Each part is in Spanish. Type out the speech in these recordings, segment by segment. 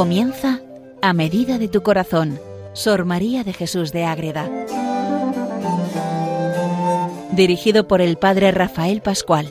Comienza A medida de tu corazón, Sor María de Jesús de Ágreda. Dirigido por el Padre Rafael Pascual.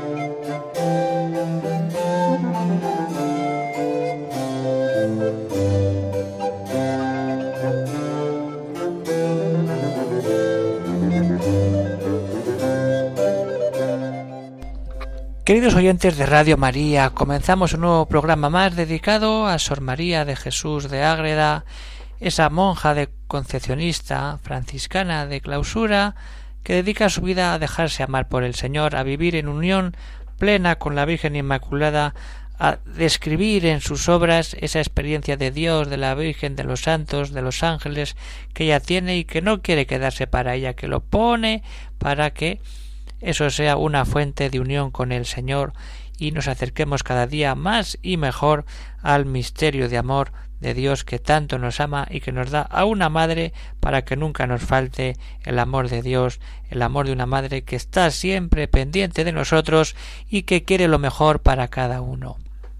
Queridos oyentes de Radio María, comenzamos un nuevo programa más dedicado a Sor María de Jesús de Ágreda, esa monja concepcionista franciscana de clausura que dedica su vida a dejarse amar por el Señor, a vivir en unión plena con la Virgen Inmaculada, a describir en sus obras esa experiencia de Dios, de la Virgen, de los santos, de los ángeles que ella tiene y que no quiere quedarse para ella, que lo pone para que eso sea una fuente de unión con el Señor y nos acerquemos cada día más y mejor al misterio de amor de Dios que tanto nos ama y que nos da a una madre para que nunca nos falte el amor de Dios, el amor de una madre que está siempre pendiente de nosotros y que quiere lo mejor para cada uno.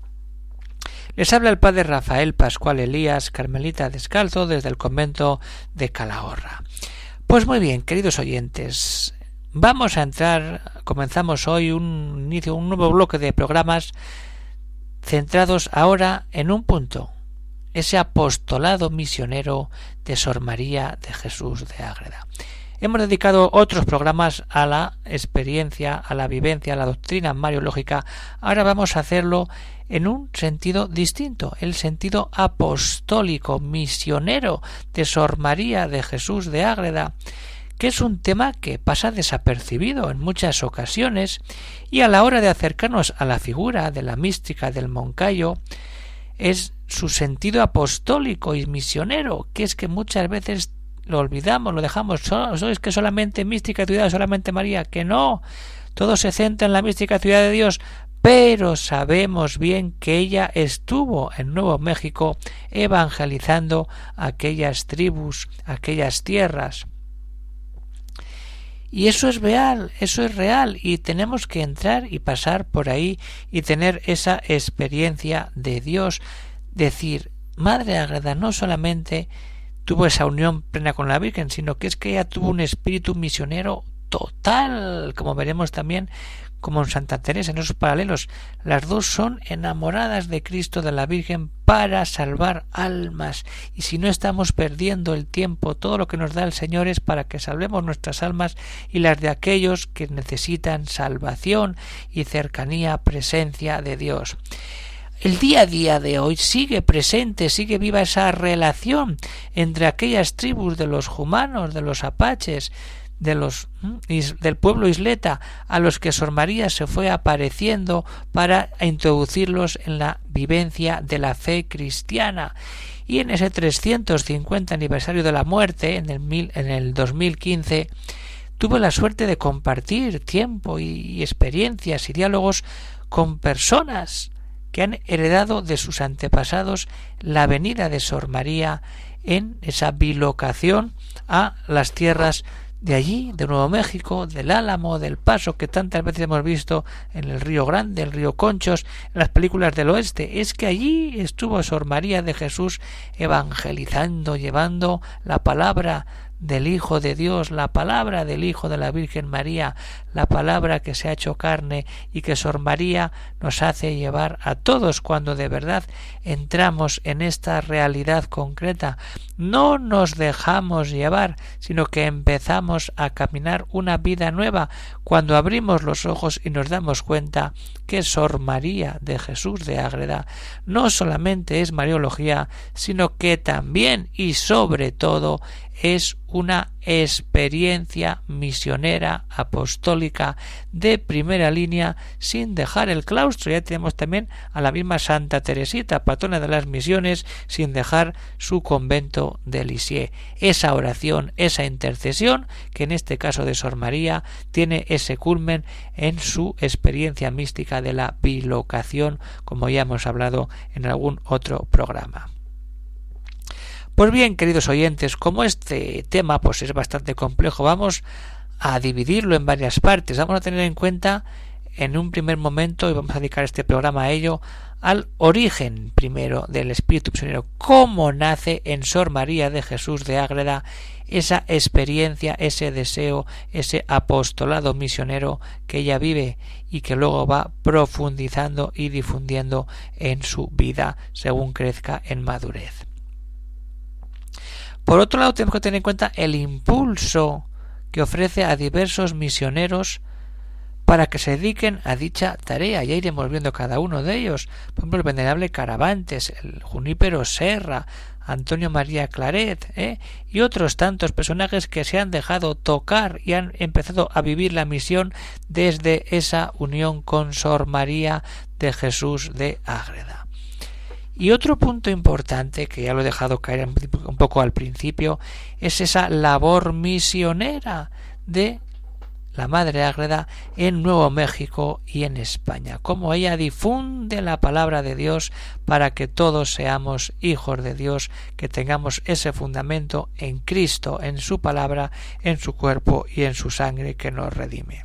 Les habla el Padre Rafael Pascual Elías, carmelita descalzo, desde el convento de Calahorra. Pues muy bien, queridos oyentes, comenzamos hoy un nuevo bloque de programas centrados ahora en un punto, ese apostolado misionero de Sor María de Jesús de Ágreda. Hemos dedicado otros programas a la experiencia, a la vivencia, a la doctrina mariológica. Ahora vamos a hacerlo en un sentido distinto, el sentido apostólico, misionero de Sor María de Jesús de Ágreda, que es un tema que pasa desapercibido en muchas ocasiones y a la hora de acercarnos a la figura de la mística del Moncayo es su sentido apostólico y misionero, que es que muchas veces lo olvidamos, lo dejamos, es que solamente mística ciudad, solamente María, que no, todo se centra en la mística ciudad de Dios, pero sabemos bien que ella estuvo en Nuevo México evangelizando aquellas tribus, aquellas tierras. Y eso es real, y tenemos que entrar y pasar por ahí y tener esa experiencia de Dios. Decir, Madre Ágreda no solamente tuvo esa unión plena con la Virgen, sino que es que ella tuvo un espíritu misionero total, como veremos también como en Santa Teresa, en esos paralelos. Las dos son enamoradas de Cristo, de la Virgen, para salvar almas. Y si no estamos perdiendo el tiempo, todo lo que nos da el Señor es para que salvemos nuestras almas y las de aquellos que necesitan salvación y cercanía, presencia de Dios. El día a día de hoy sigue presente, sigue viva esa relación entre aquellas tribus de los jumanos, de los apaches, del pueblo isleta, a los que Sor María se fue apareciendo para introducirlos en la vivencia de la fe cristiana. Y en ese 350 aniversario de la muerte, en el 2015, tuve la suerte de compartir tiempo y experiencias y diálogos con personas que han heredado de sus antepasados la venida de Sor María en esa bilocación a las tierras de allí, de Nuevo México, del Álamo, del Paso, que tantas veces hemos visto en el Río Grande, el Río Conchos, en las películas del oeste. Es que allí estuvo Sor María de Jesús evangelizando, llevando la palabra del Hijo de Dios, la palabra del Hijo de la Virgen María, la palabra que se ha hecho carne y que Sor María nos hace llevar a todos cuando de verdad entramos en esta realidad concreta. No nos dejamos llevar, sino que empezamos a caminar una vida nueva cuando abrimos los ojos y nos damos cuenta que Sor María de Jesús de Ágreda no solamente es mariología, sino que también y sobre todo es una experiencia misionera apostólica de primera línea sin dejar el claustro. Ya tenemos también a la misma Santa Teresita, patrona de las misiones, sin dejar su convento de Lisieux. Esa oración, esa intercesión, que en este caso de Sor María tiene ese culmen en su experiencia mística de la bilocación, como ya hemos hablado en algún otro programa. Pues bien, queridos oyentes, como este tema pues es bastante complejo, vamos a dividirlo en varias partes. Vamos a tener en cuenta en un primer momento, y vamos a dedicar este programa a ello, al origen primero del espíritu misionero, cómo nace en Sor María de Jesús de Ágreda esa experiencia, ese deseo, ese apostolado misionero que ella vive y que luego va profundizando y difundiendo en su vida según crezca en madurez. Por otro lado, tenemos que tener en cuenta el impulso que ofrece a diversos misioneros para que se dediquen a dicha tarea. Ya iremos viendo cada uno de ellos. Por ejemplo, el venerable Caravantes, el Junípero Serra, Antonio María Claret, y otros tantos personajes que se han dejado tocar y han empezado a vivir la misión desde esa unión con Sor María de Jesús de Ágreda. Y otro punto importante, que ya lo he dejado caer un poco al principio, es esa labor misionera de la Madre Ágreda en Nuevo México y en España, cómo ella difunde la palabra de Dios para que todos seamos hijos de Dios, que tengamos ese fundamento en Cristo, en su palabra, en su cuerpo y en su sangre que nos redime.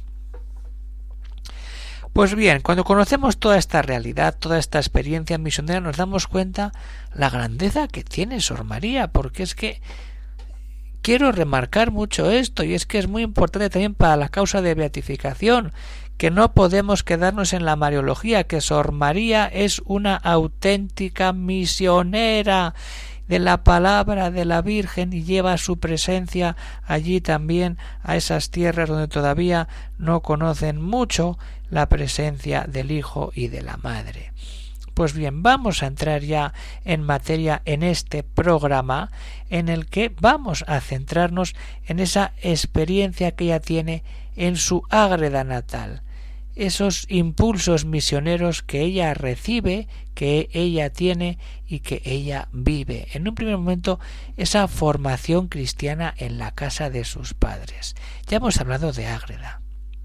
Pues bien, cuando conocemos toda esta realidad, toda esta experiencia misionera, nos damos cuenta la grandeza que tiene Sor María, porque es que quiero remarcar mucho esto, y es que es muy importante también para la causa de beatificación, que no podemos quedarnos en la mariología, que Sor María es una auténtica misionera de la palabra de la Virgen y lleva su presencia allí también a esas tierras donde todavía no conocen mucho la presencia del Hijo y de la Madre. Pues bien, vamos a entrar ya en materia en este programa en el que vamos a centrarnos en esa experiencia que ella tiene en su Ágreda natal, esos impulsos misioneros que ella recibe, que ella tiene y que ella vive. En un primer momento, esa formación cristiana en la casa de sus padres. Ya hemos hablado de Ágreda.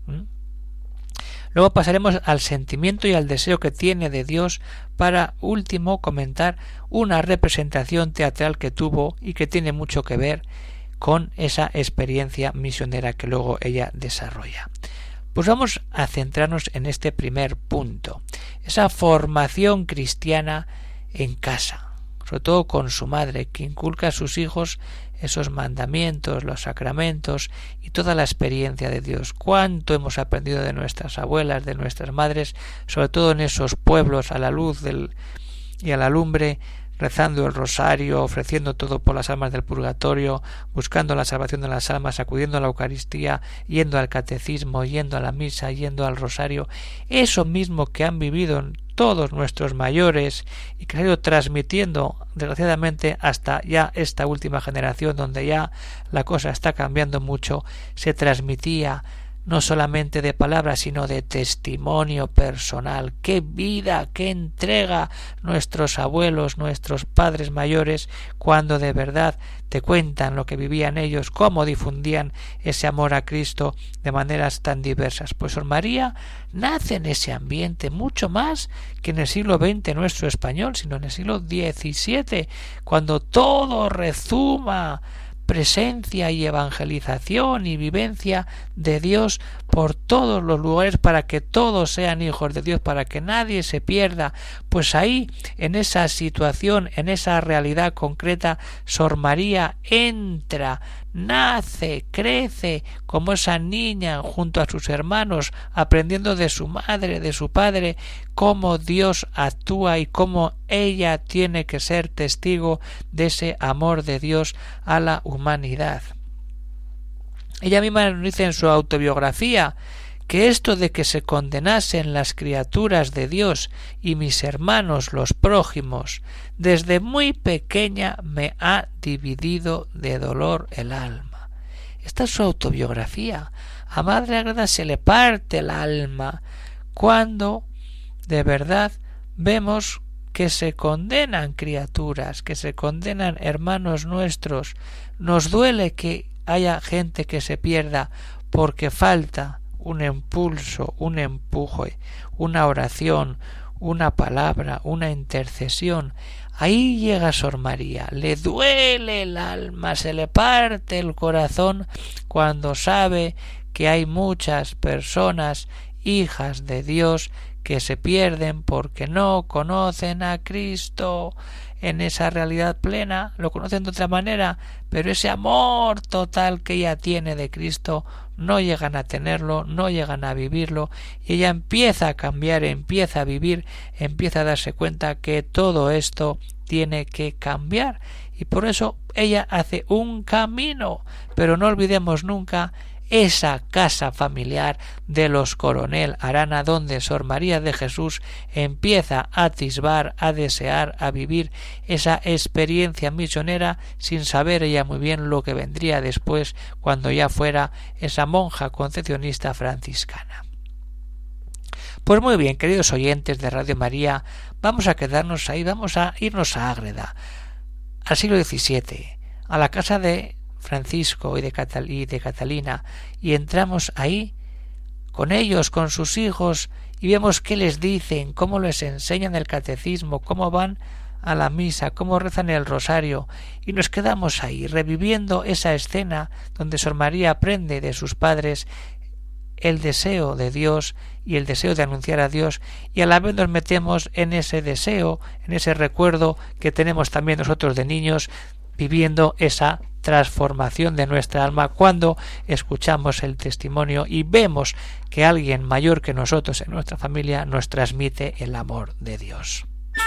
Luego pasaremos al sentimiento y al deseo que tiene de Dios para, último, comentar una representación teatral que tuvo y que tiene mucho que ver con esa experiencia misionera que luego ella desarrolla. Pues vamos a centrarnos en este primer punto, esa formación cristiana en casa, sobre todo con su madre, que inculca a sus hijos esos mandamientos, los sacramentos y toda la experiencia de Dios. Cuánto hemos aprendido de nuestras abuelas, de nuestras madres, sobre todo en esos pueblos a la luz y a la lumbre, rezando el rosario, ofreciendo todo por las almas del purgatorio, buscando la salvación de las almas, acudiendo a la Eucaristía, yendo al catecismo, yendo a la misa, yendo al rosario. Eso mismo que han vivido todos nuestros mayores y que se ha ido transmitiendo, desgraciadamente, hasta ya esta última generación, donde ya la cosa está cambiando mucho, se transmitía no solamente de palabras, sino de testimonio personal. ¡Qué vida, qué entrega nuestros abuelos, nuestros padres mayores, cuando de verdad te cuentan lo que vivían ellos, cómo difundían ese amor a Cristo de maneras tan diversas! Pues Sor María nace en ese ambiente, mucho más que en el siglo XX nuestro español, sino en el siglo XVII, cuando todo rezuma presencia y evangelización y vivencia de Dios por todos los lugares, para que todos sean hijos de Dios, para que nadie se pierda. Pues ahí, en esa situación, en esa realidad concreta, Sor María entra, nace, crece como esa niña junto a sus hermanos, aprendiendo de su madre, de su padre, cómo Dios actúa y cómo ella tiene que ser testigo de ese amor de Dios a la humanidad. Ella misma nos dice en su autobiografía que esto de que se condenasen las criaturas de Dios y mis hermanos los prójimos, desde muy pequeña me ha dividido de dolor el alma. Esta es su autobiografía. A Madre Ágreda se le parte el alma cuando de verdad vemos que se condenan criaturas, que se condenan hermanos nuestros. Nos duele que haya gente que se pierda porque falta un impulso, un empuje, una oración, una palabra, una intercesión. Ahí llega Sor María, le duele el alma, se le parte el corazón cuando sabe que hay muchas personas hijas de Dios que se pierden porque no conocen a Cristo en esa realidad plena, lo conocen de otra manera, pero ese amor total que ella tiene de Cristo no llegan a tenerlo, no llegan a vivirlo, y ella empieza a cambiar, empieza a vivir, empieza a darse cuenta que todo esto tiene que cambiar, y por eso ella hace un camino. Pero no olvidemos nunca esa casa familiar de los Coronel Arana, donde Sor María de Jesús empieza a atisbar, a desear, a vivir esa experiencia misionera, sin saber ella muy bien lo que vendría después, cuando ya fuera esa monja concepcionista franciscana. Pues muy bien, queridos oyentes de Radio María, vamos a quedarnos ahí, vamos a irnos a Ágreda, al siglo XVII, a la casa de Francisco y de Catalina, y entramos ahí con ellos, con sus hijos, y vemos qué les dicen, cómo les enseñan el catecismo, cómo van a la misa, cómo rezan el rosario, y nos quedamos ahí reviviendo esa escena donde Sor María aprende de sus padres el deseo de Dios y el deseo de anunciar a Dios, y a la vez nos metemos en ese deseo, en ese recuerdo que tenemos también nosotros de niños, viviendo esa transformación de nuestra alma cuando escuchamos el testimonio y vemos que alguien mayor que nosotros en nuestra familia nos transmite el amor de Dios.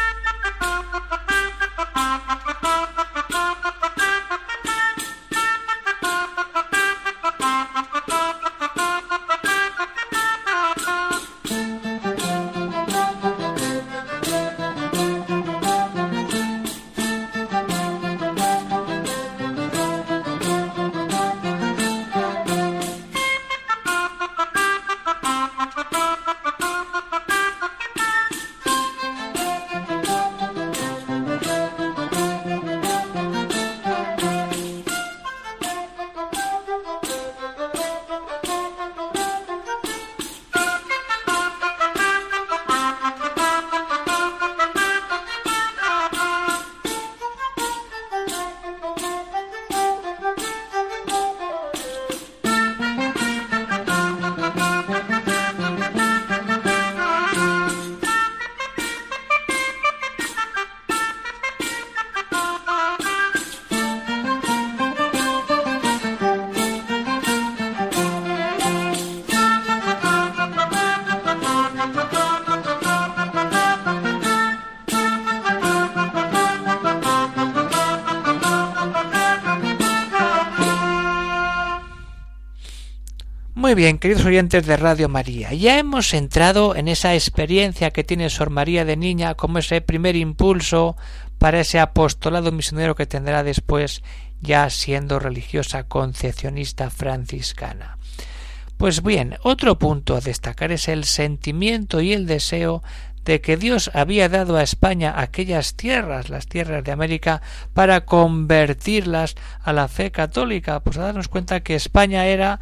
Muy bien, queridos oyentes de Radio María, ya hemos entrado en esa experiencia que tiene Sor María de niña como ese primer impulso para ese apostolado misionero que tendrá después, ya siendo religiosa concepcionista franciscana. Pues bien, otro punto a destacar es el sentimiento y el deseo de que Dios había dado a España aquellas tierras, las tierras de América, para convertirlas a la fe católica. Pues a darnos cuenta que España era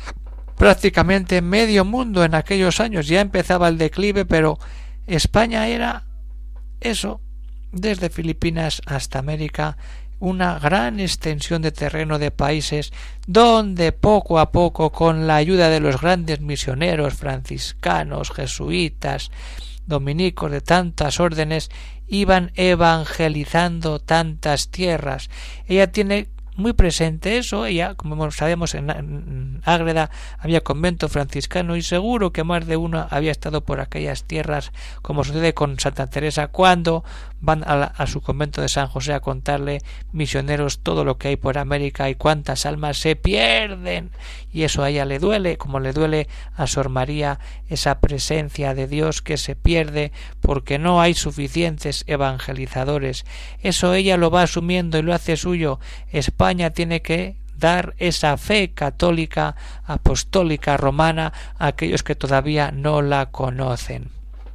prácticamente medio mundo en aquellos años, ya empezaba el declive, pero España era eso, desde Filipinas hasta América, una gran extensión de terreno de países donde poco a poco, con la ayuda de los grandes misioneros franciscanos, jesuitas, dominicos de tantas órdenes, iban evangelizando tantas tierras. Ella tiene muy presente eso. Ella, como sabemos, en Ágreda había convento franciscano y seguro que más de uno había estado por aquellas tierras, como sucede con Santa Teresa cuando van a su convento de San José a contarle misioneros todo lo que hay por América y cuántas almas se pierden, y eso a ella le duele, como le duele a Sor María esa presencia de Dios que se pierde porque no hay suficientes evangelizadores. Eso ella lo va asumiendo y lo hace suyo. España tiene que dar esa fe católica, apostólica, romana a aquellos que todavía no la conocen.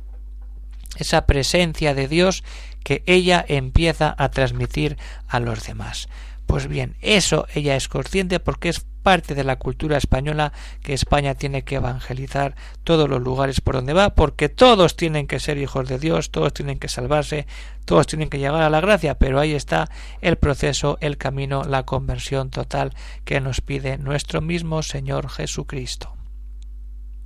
Esa presencia de Dios que ella empieza a transmitir a los demás. Pues bien, eso ella es consciente porque es parte de la cultura española, que España tiene que evangelizar todos los lugares por donde va, porque todos tienen que ser hijos de Dios, todos tienen que salvarse, todos tienen que llegar a la gracia, pero ahí está el proceso, el camino, la conversión total que nos pide nuestro mismo Señor Jesucristo.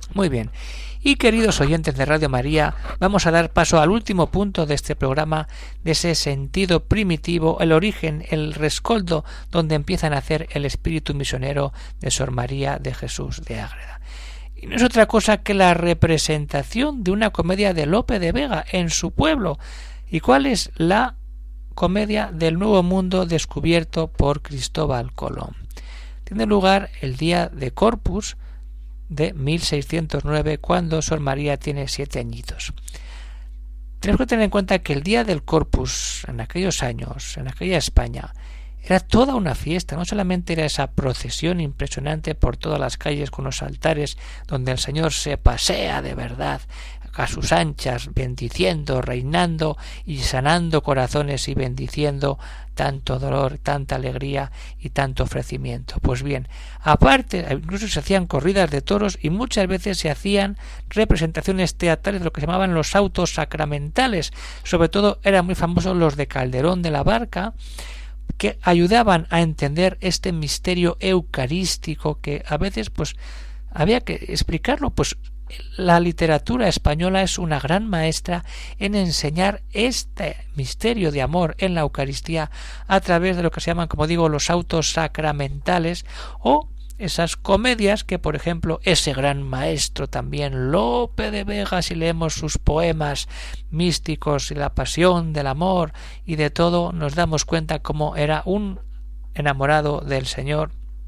Muy bien. Y queridos oyentes de Radio María, vamos a dar paso al último punto de este programa, de ese sentido primitivo, el origen, el rescoldo, donde empieza a nacer el espíritu misionero de Sor María de Jesús de Ágreda. Y no es otra cosa que la representación de una comedia de Lope de Vega en su pueblo. ¿Y cuál es la comedia del Nuevo Mundo descubierto por Cristóbal Colón? Tiene lugar el día de Corpus de 1609, cuando Sor María tiene 7 añitos. Tenemos que tener en cuenta que el día del Corpus, en aquellos años, en aquella España, era toda una fiesta. No solamente era esa procesión impresionante por todas las calles con los altares donde el Señor se pasea de verdad a sus anchas, bendiciendo, reinando y sanando corazones y bendiciendo tanto dolor, tanta alegría y tanto ofrecimiento. Pues bien, aparte, incluso se hacían corridas de toros y muchas veces se hacían representaciones teatrales de lo que se llamaban los autos sacramentales. Sobre todo eran muy famosos los de Calderón de la Barca, que ayudaban a entender este misterio eucarístico que a veces pues había que explicarlo. Pues la literatura española es una gran maestra en enseñar este misterio de amor en la Eucaristía a través de lo que se llaman, como digo, los autos sacramentales, o esas comedias que, por ejemplo, ese gran maestro también, Lope de Vega, si leemos sus poemas místicos y la pasión del amor y de todo, nos damos cuenta cómo era un enamorado del Señor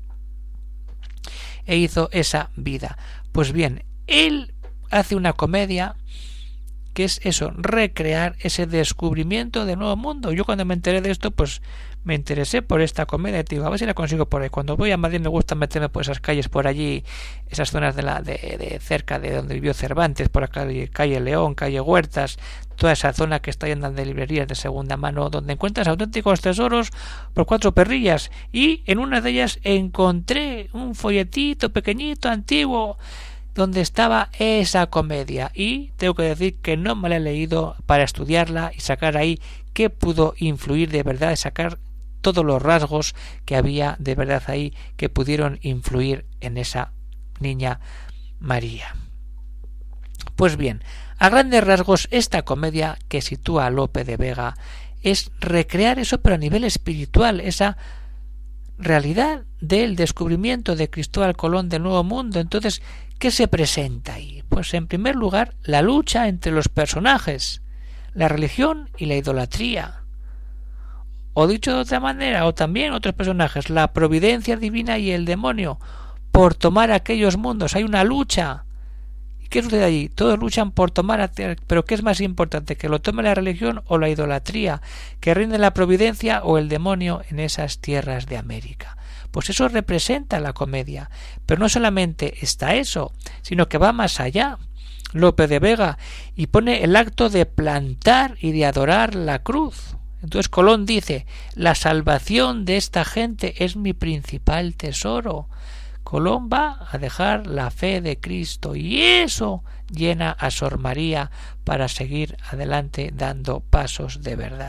e hizo esa vida. Pues bien, él hace una comedia que es eso, recrear ese descubrimiento del Nuevo Mundo. Yo cuando me enteré de esto, pues me interesé por esta comedia, y digo, a ver si la consigo por ahí. Cuando voy a Madrid me gusta meterme por esas calles por allí, esas zonas de cerca de donde vivió Cervantes, por acá, calle León, calle Huertas, toda esa zona que está llena de librerías de segunda mano, donde encuentras auténticos tesoros por 4 perrillas, y en una de ellas encontré un folletito pequeñito, antiguo, donde estaba esa comedia, y tengo que decir que no me la he leído para estudiarla y sacar ahí qué pudo influir de verdad, y sacar todos los rasgos que había de verdad ahí que pudieron influir en esa niña María. Pues bien, a grandes rasgos, esta comedia que sitúa a Lope de Vega es recrear eso, pero a nivel espiritual, esa realidad del descubrimiento de Cristóbal Colón del Nuevo Mundo. Entonces, ¿qué se presenta ahí? Pues en primer lugar, la lucha entre los personajes, la religión y la idolatría. O dicho de otra manera, o también otros personajes, la providencia divina y el demonio, por tomar aquellos mundos. Hay una lucha. ¿Y qué sucede allí? Todos luchan por tomar, pero ¿qué es más importante? ¿Que lo tome la religión o la idolatría? ¿Que reine la providencia o el demonio en esas tierras de América? Pues eso representa la comedia. Pero no solamente está eso, sino que va más allá. Lope de Vega y pone el acto de plantar y de adorar la cruz. Entonces Colón dice, la salvación de esta gente es mi principal tesoro. Colón va a dejar la fe de Cristo, y eso llena a Sor María para seguir adelante dando pasos de verdad.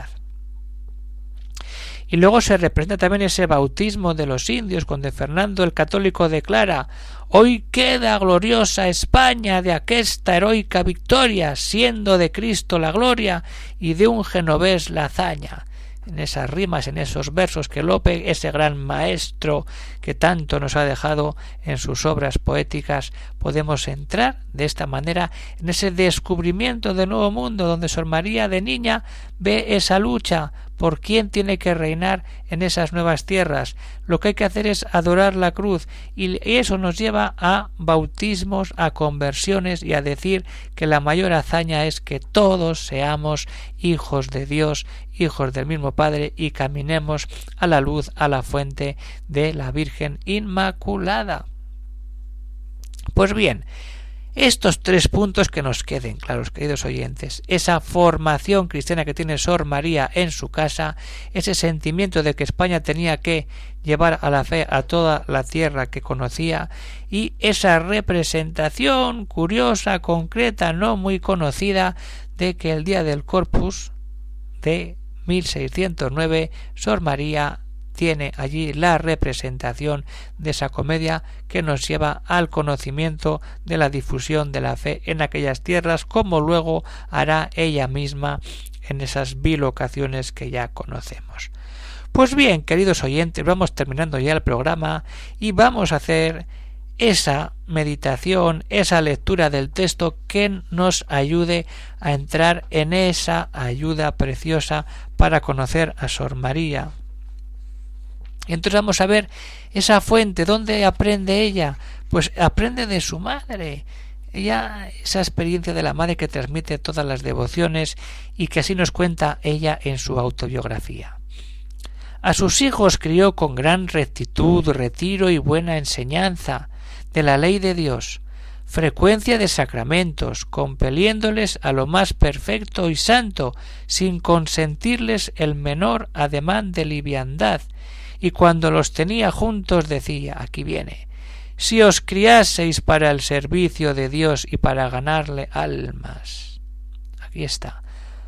Y luego se representa también ese bautismo de los indios, cuando Fernando el Católico declara: «Hoy queda gloriosa España de aquesta heroica victoria, siendo de Cristo la gloria y de un genovés la hazaña». En esas rimas, en esos versos que Lope, ese gran maestro que tanto nos ha dejado en sus obras poéticas, podemos entrar de esta manera en ese descubrimiento del Nuevo Mundo, donde Sor María de niña ve esa lucha por quién tiene que reinar en esas nuevas tierras. Lo que hay que hacer es adorar la cruz, y eso nos lleva a bautismos, a conversiones y a decir que la mayor hazaña es que todos seamos hijos de Dios, hijos del mismo Padre, y caminemos a la luz, a la fuente de la Virgen Inmaculada. Pues bien, estos 3 puntos que nos queden claros, queridos oyentes: esa formación cristiana que tiene Sor María en su casa, ese sentimiento de que España tenía que llevar a la fe a toda la tierra que conocía, y esa representación curiosa, concreta, no muy conocida, de que el día del Corpus de 1609 Sor María tiene allí la representación de esa comedia que nos lleva al conocimiento de la difusión de la fe en aquellas tierras, como luego hará ella misma en esas bilocaciones que ya conocemos. Pues bien, queridos oyentes, vamos terminando ya el programa y vamos a hacer esa meditación, esa lectura del texto que nos ayude a entrar en esa ayuda preciosa para conocer a Sor María. Y entonces vamos a ver esa fuente. ¿Dónde aprende ella? Pues aprende de su madre. Ella, esa experiencia de la madre que transmite todas las devociones y que así nos cuenta ella en su autobiografía. A sus hijos crió con gran rectitud, retiro y buena enseñanza de la ley de Dios, frecuencia de sacramentos, compeliéndoles a lo más perfecto y santo, sin consentirles el menor ademán de liviandad, y cuando los tenía juntos decía, aquí viene, si os criaseis para el servicio de Dios y para ganarle almas. Aquí está.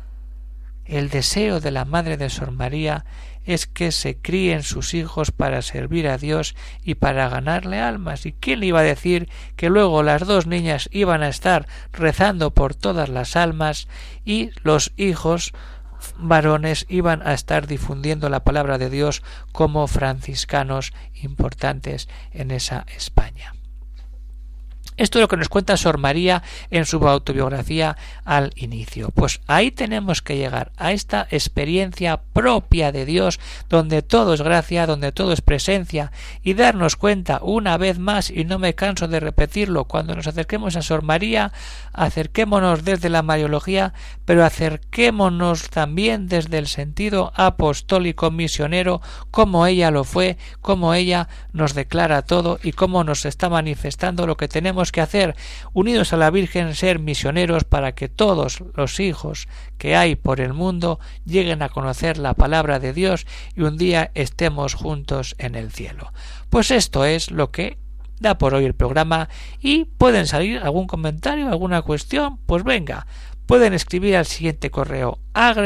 El deseo de la madre de Sor María es que se críen sus hijos para servir a Dios y para ganarle almas. ¿Y quién le iba a decir que luego las dos niñas iban a estar rezando por todas las almas y los hijos varones iban a estar difundiendo la palabra de Dios como franciscanos importantes en esa España? Esto es lo que nos cuenta Sor María en su autobiografía al inicio. Pues ahí tenemos que llegar, a esta experiencia propia de Dios, donde todo es gracia, donde todo es presencia, y darnos cuenta una vez más, y no me canso de repetirlo, cuando nos acerquemos a Sor María, acerquémonos desde la Mariología, pero acerquémonos también desde el sentido apostólico misionero, como ella lo fue, como ella nos declara todo y cómo nos está manifestando lo que tenemos que hacer, unidos a la Virgen, ser misioneros para que todos los hijos que hay por el mundo lleguen a conocer la palabra de Dios y un día estemos juntos en el cielo. Pues esto es lo que da por hoy el programa, y pueden salir algún comentario, alguna cuestión, pues venga, pueden escribir al siguiente correo,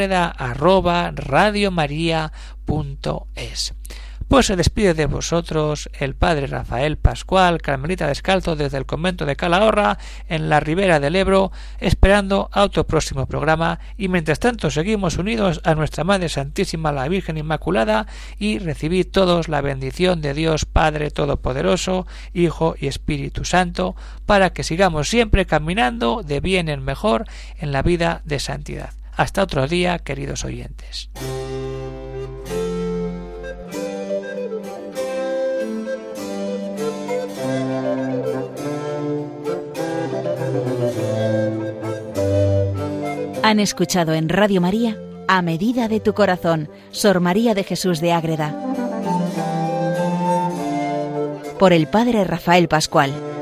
agreda@radiomaria.es. Pues se despide de vosotros el padre Rafael Pascual, carmelita descalzo desde el convento de Calahorra, en la ribera del Ebro, esperando a otro próximo programa, y mientras tanto seguimos unidos a nuestra Madre Santísima, la Virgen Inmaculada, y recibid todos la bendición de Dios Padre Todopoderoso, Hijo y Espíritu Santo, para que sigamos siempre caminando de bien en mejor en la vida de santidad. Hasta otro día, queridos oyentes. Han escuchado en Radio María A Medida de tu Corazón, Sor María de Jesús de Ágreda, por el padre Rafael Pascual.